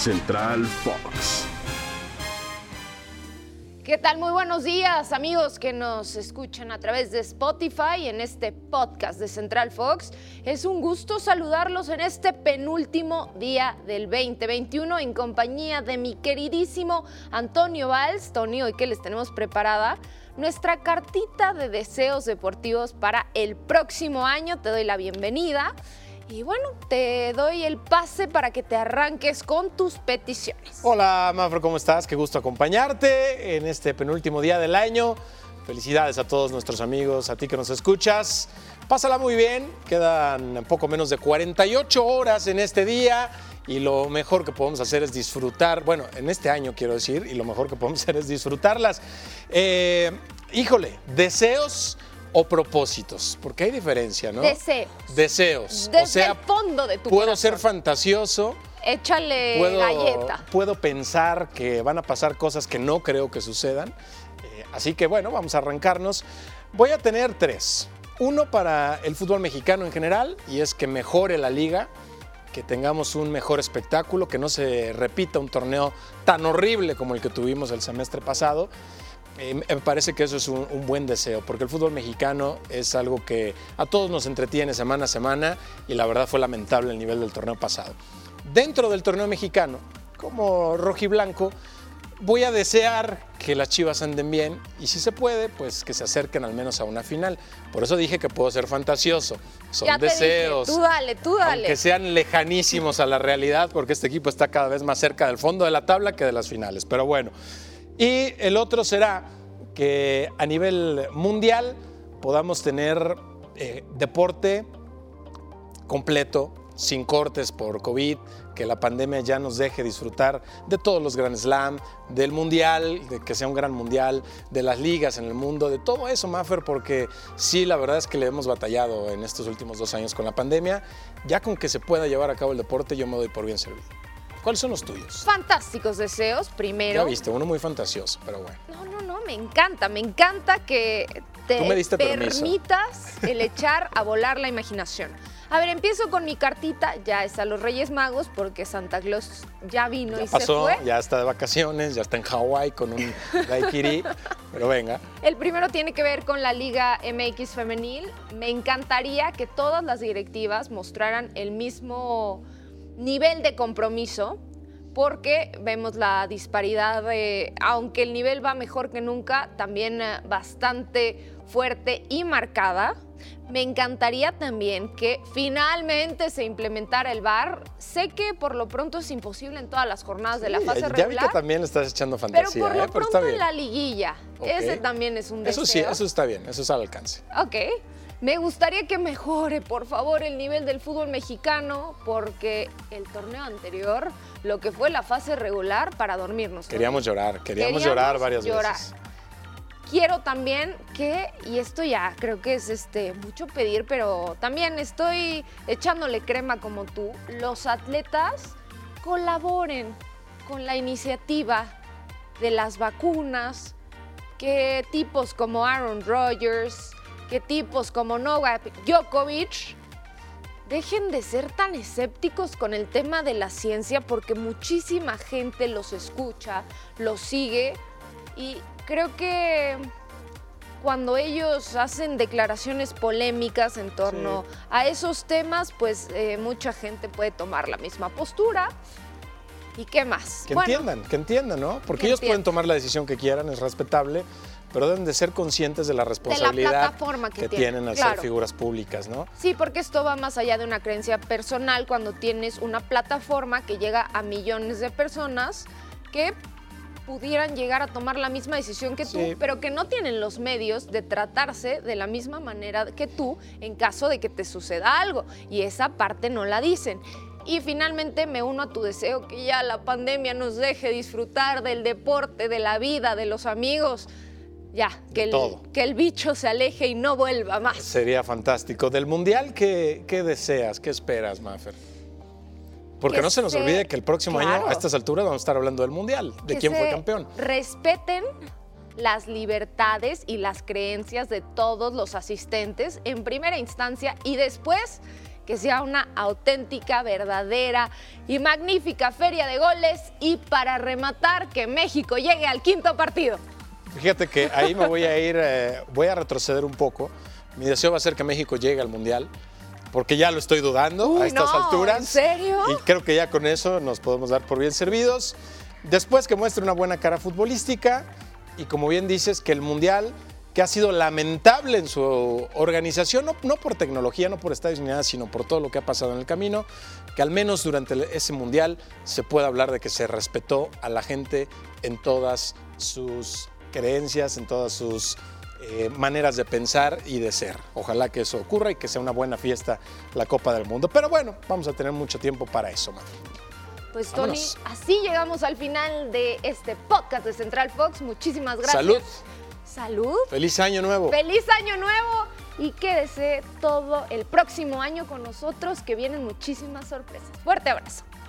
Central Fox. ¿Qué tal? Muy buenos días, amigos que nos escuchan a través de Spotify en este podcast de Central Fox. Es un gusto saludarlos en este penúltimo día del 2021 en compañía de mi queridísimo Antonio Valls. Tony, hoy que les tenemos preparada nuestra cartita de deseos deportivos para el próximo año. Te doy la bienvenida. Y bueno, te doy el pase para que te arranques con tus peticiones. Hola, Mafra, ¿cómo estás? Qué gusto acompañarte en este penúltimo día del año. Felicidades a todos nuestros amigos, a ti que nos escuchas. Pásala muy bien, quedan poco menos de 48 horas en este día y lo mejor que podemos hacer es disfrutar, bueno, en este año quiero decir, y lo mejor que podemos hacer es disfrutarlas. Deseos o propósitos, porque hay diferencia, ¿no? Deseos. Desde el fondo de tu puedo corazón. ser fantasioso. Échale galleta. Puedo pensar que van a pasar cosas que no creo que sucedan. Así que bueno, vamos a arrancarnos. Voy a tener 3. Uno para el fútbol mexicano en general, y es que mejore la liga, que tengamos un mejor espectáculo, que no se repita un torneo tan horrible como el que tuvimos el semestre pasado. Me parece que eso es un buen deseo, porque el fútbol mexicano es algo que a todos nos entretiene semana a semana y la verdad fue lamentable el nivel del torneo pasado. Dentro del torneo mexicano, como rojiblanco, voy a desear que las Chivas anden bien y si se puede, pues que se acerquen al menos a una final. Por eso dije que puedo ser fantasioso. Son ya te deseos. Dije, tú dale. Aunque sean lejanísimos a la realidad, porque este equipo está cada vez más cerca del fondo de la tabla que de las finales. Pero bueno. Y el otro será que a nivel mundial podamos tener deporte completo, sin cortes por COVID, que la pandemia ya nos deje disfrutar de todos los Grand Slam, del mundial, de que sea un gran mundial, de las ligas en el mundo, de todo eso, Maffer, porque sí, la verdad es que le hemos batallado en estos últimos 2 años con la pandemia. Ya con que se pueda llevar a cabo el deporte, yo me doy por bien servido. ¿Cuáles son los tuyos? Fantásticos deseos, primero. Ya viste, uno muy fantasioso, pero bueno. No, me encanta que te permitas el echar a volar la imaginación. A ver, empiezo con mi cartita, ya está los Reyes Magos, porque Santa Claus ya vino y pasó, se fue. Ya está de vacaciones, ya está en Hawái con un daiquiri, pero venga. El primero tiene que ver con la Liga MX femenil. Me encantaría que todas las directivas mostraran el mismo nivel de compromiso, porque vemos la disparidad aunque el nivel va mejor que nunca, también bastante fuerte y marcada. Me encantaría también que finalmente se implementara el VAR. Sé que por lo pronto es imposible en todas las jornadas de la fase regular. Ya vi que también le estás echando fantasía. Pero por lo pronto está bien. en la liguilla. Okay. Ese también es un deseo. Eso sí, eso está bien, eso es al alcance. Ok. Me gustaría que mejore, por favor, el nivel del fútbol mexicano, porque el torneo anterior, lo que fue la fase regular, para dormirnos. Queríamos llorar varias veces. Quiero también que, y esto ya creo que es mucho pedir, pero también estoy echándole crema como tú, los atletas colaboren con la iniciativa de las vacunas, que tipos como Aaron Rodgers, que tipos como Novak Djokovic dejen de ser tan escépticos con el tema de la ciencia, porque muchísima gente los escucha, los sigue, y creo que cuando ellos hacen declaraciones polémicas en torno a esos temas, pues mucha gente puede tomar la misma postura. ¿Y qué más? Que entiendan, ¿no? Porque ellos pueden tomar la decisión que quieran, es respetable, pero deben de ser conscientes de la responsabilidad de la plataforma que tienen al ser figuras públicas, ¿no? Sí, porque esto va más allá de una creencia personal cuando tienes una plataforma que llega a millones de personas que pudieran llegar a tomar la misma decisión que tú, pero que no tienen los medios de tratarse de la misma manera que tú en caso de que te suceda algo. Y esa parte no la dicen. Y finalmente me uno a tu deseo que ya la pandemia nos deje disfrutar del deporte, de la vida, de los amigos. Ya, que el bicho se aleje y no vuelva más. Sería fantástico. Del Mundial, ¿qué deseas? ¿Qué esperas, Maffer? Porque no se nos olvide que el próximo año, a estas alturas, vamos a estar hablando del Mundial, de quién fue campeón. Respeten las libertades y las creencias de todos los asistentes en primera instancia y después que sea una auténtica, verdadera y magnífica feria de goles y para rematar que México llegue al 5º partido. Fíjate que ahí me voy a ir, voy a retroceder un poco. Mi deseo va a ser que México llegue al Mundial, porque ya lo estoy dudando a estas alturas. ¿En serio? Y creo que ya con eso nos podemos dar por bien servidos. Después que muestre una buena cara futbolística y como bien dices, que el Mundial, que ha sido lamentable en su organización, no por tecnología, no por estadios ni nada, sino por todo lo que ha pasado en el camino, que al menos durante ese Mundial se pueda hablar de que se respetó a la gente en todas sus creencias, en todas sus maneras de pensar y de ser. Ojalá que eso ocurra y que sea una buena fiesta la Copa del Mundo. Pero bueno, vamos a tener mucho tiempo para eso, Mari. Pues Tony, así llegamos al final de este podcast de Central Fox. Muchísimas gracias. Salud. Salud. Feliz año nuevo. Feliz año nuevo y quédese todo el próximo año con nosotros, que vienen muchísimas sorpresas. Fuerte abrazo.